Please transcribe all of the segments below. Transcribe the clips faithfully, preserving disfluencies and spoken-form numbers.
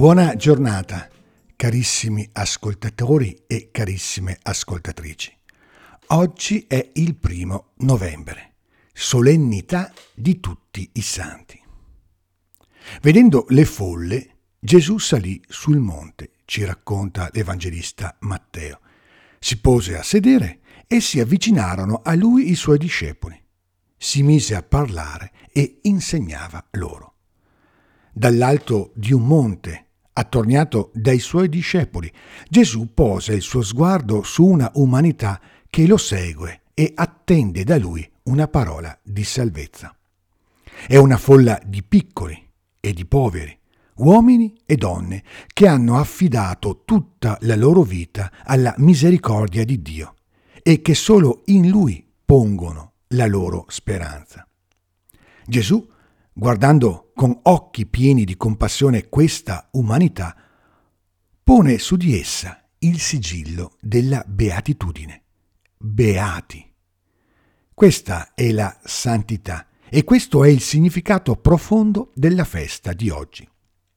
Buona giornata, carissimi ascoltatori e carissime ascoltatrici. Oggi è il primo novembre, solennità di tutti i santi. Vedendo le folle, Gesù salì sul monte, ci racconta l'Evangelista Matteo. Si pose a sedere e si avvicinarono a lui i suoi discepoli. Si mise a parlare e insegnava loro. Dall'alto di un monte, attorniato dai suoi discepoli, Gesù pose il suo sguardo su una umanità che lo segue e attende da lui una parola di salvezza. È una folla di piccoli e di poveri, uomini e donne che hanno affidato tutta la loro vita alla misericordia di Dio e che solo in Lui pongono la loro speranza. Gesù, guardando con occhi pieni di compassione questa umanità, pone su di essa il sigillo della beatitudine. Beati. Questa è la santità e questo è il significato profondo della festa di oggi.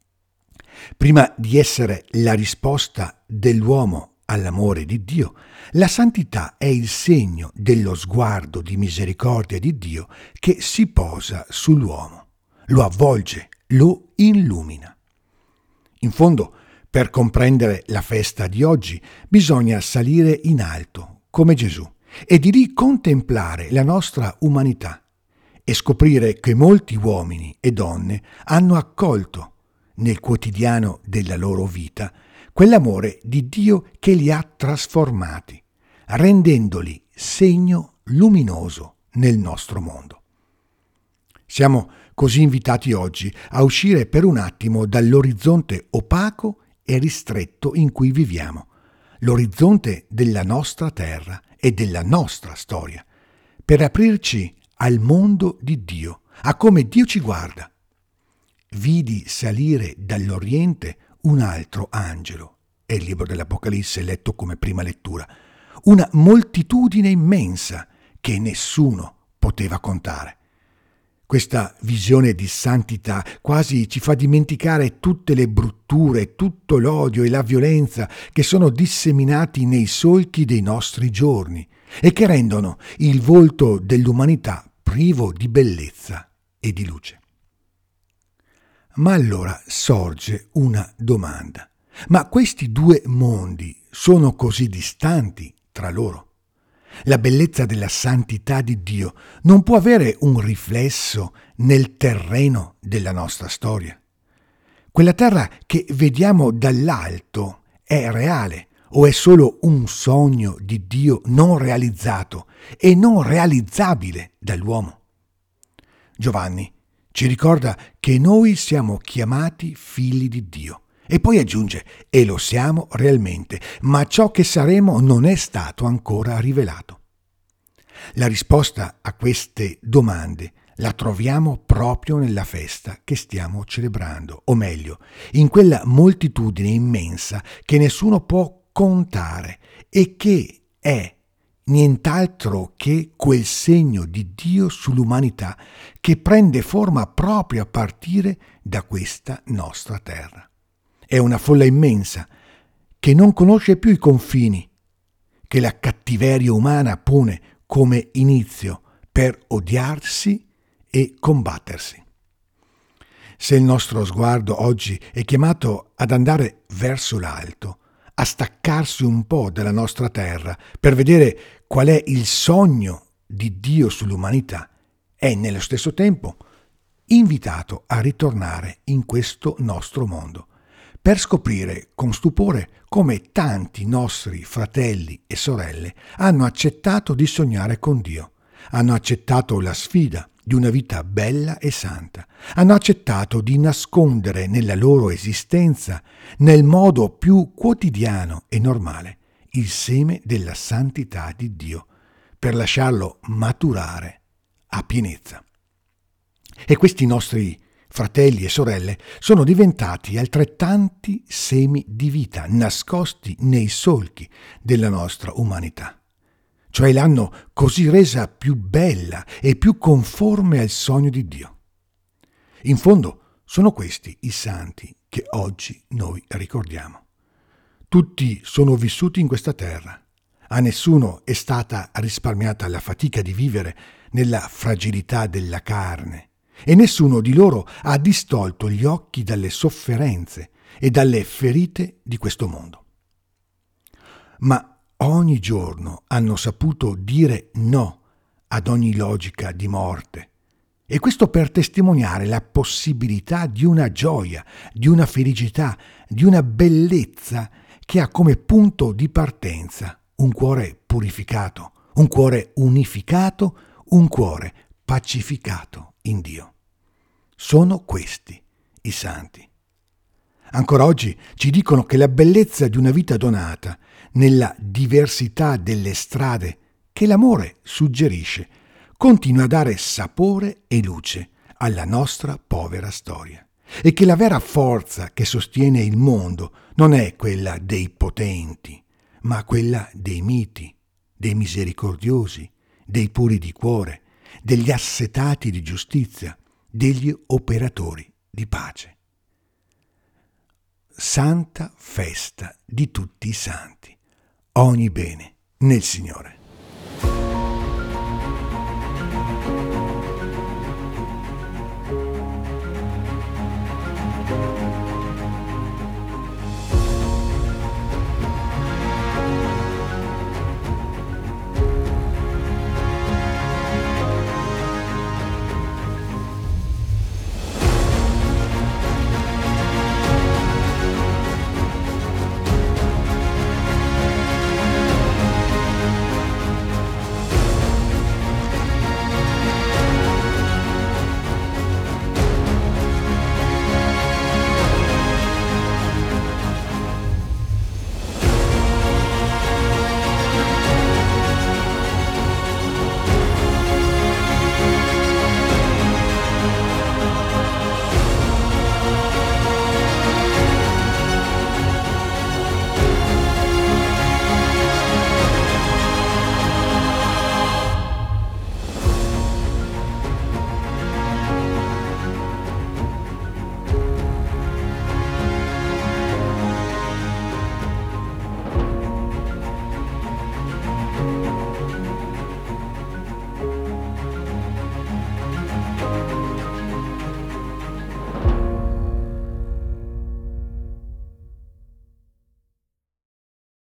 Prima di essere la risposta dell'uomo all'amore di Dio, la santità è il segno dello sguardo di misericordia di Dio che si posa sull'uomo, lo avvolge, lo illumina. In fondo, per comprendere la festa di oggi, bisogna salire in alto, come Gesù, e di lì contemplare la nostra umanità e scoprire che molti uomini e donne hanno accolto nel quotidiano della loro vita quell'amore di Dio che li ha trasformati, rendendoli segno luminoso nel nostro mondo. Siamo così invitati oggi a uscire per un attimo dall'orizzonte opaco e ristretto in cui viviamo, l'orizzonte della nostra terra e della nostra storia, per aprirci al mondo di Dio, a come Dio ci guarda. Vidi salire dall'Oriente un altro angelo, è il libro dell'Apocalisse letto come prima lettura, una moltitudine immensa che nessuno poteva contare. Questa visione di santità quasi ci fa dimenticare tutte le brutture, tutto l'odio e la violenza che sono disseminati nei solchi dei nostri giorni e che rendono il volto dell'umanità privo di bellezza e di luce. Ma allora sorge una domanda. Ma questi due mondi sono così distanti tra loro? La bellezza della santità di Dio non può avere un riflesso nel terreno della nostra storia. Quella terra che vediamo dall'alto è reale o è solo un sogno di Dio non realizzato e non realizzabile dall'uomo? Giovanni ci ricorda che noi siamo chiamati figli di Dio e poi aggiunge, e lo siamo realmente, ma ciò che saremo non è stato ancora rivelato. La risposta a queste domande la troviamo proprio nella festa che stiamo celebrando, o meglio, in quella moltitudine immensa che nessuno può contare e che è nient'altro che quel segno di Dio sull'umanità che prende forma proprio a partire da questa nostra terra. È una folla immensa che non conosce più i confini, che la cattiveria umana pone come inizio per odiarsi e combattersi. Se il nostro sguardo oggi è chiamato ad andare verso l'alto, a staccarsi un po' dalla nostra terra per vedere qual è il sogno di Dio sull'umanità, è nello stesso tempo invitato a ritornare in questo nostro mondo, per scoprire con stupore come tanti nostri fratelli e sorelle hanno accettato di sognare con Dio, hanno accettato la sfida di una vita bella e santa, hanno accettato di nascondere nella loro esistenza, nel modo più quotidiano e normale, il seme della santità di Dio, per lasciarlo maturare a pienezza. E questi nostri fratelli e sorelle sono diventati altrettanti semi di vita nascosti nei solchi della nostra umanità. Cioè l'hanno così resa più bella e più conforme al sogno di Dio. In fondo Sono questi i santi che oggi noi ricordiamo. Tutti sono vissuti in questa terra. A nessuno è stata risparmiata la fatica di vivere nella fragilità della carne e nessuno di loro ha distolto gli occhi dalle sofferenze e dalle ferite di questo mondo. Ma ogni giorno hanno saputo dire no ad ogni logica di morte. E questo per testimoniare la possibilità di una gioia, di una felicità, di una bellezza che ha come punto di partenza un cuore purificato, un cuore unificato, un cuore pacificato in Dio. Sono questi i santi. Ancora oggi ci dicono che la bellezza di una vita donata nella diversità delle strade che l'amore suggerisce continua a dare sapore e luce alla nostra povera storia e che la vera forza che sostiene il mondo non è quella dei potenti, ma quella dei miti, dei misericordiosi, dei puri di cuore, degli assetati di giustizia, degli operatori di pace. Santa festa di tutti i santi. Ogni bene nel Signore.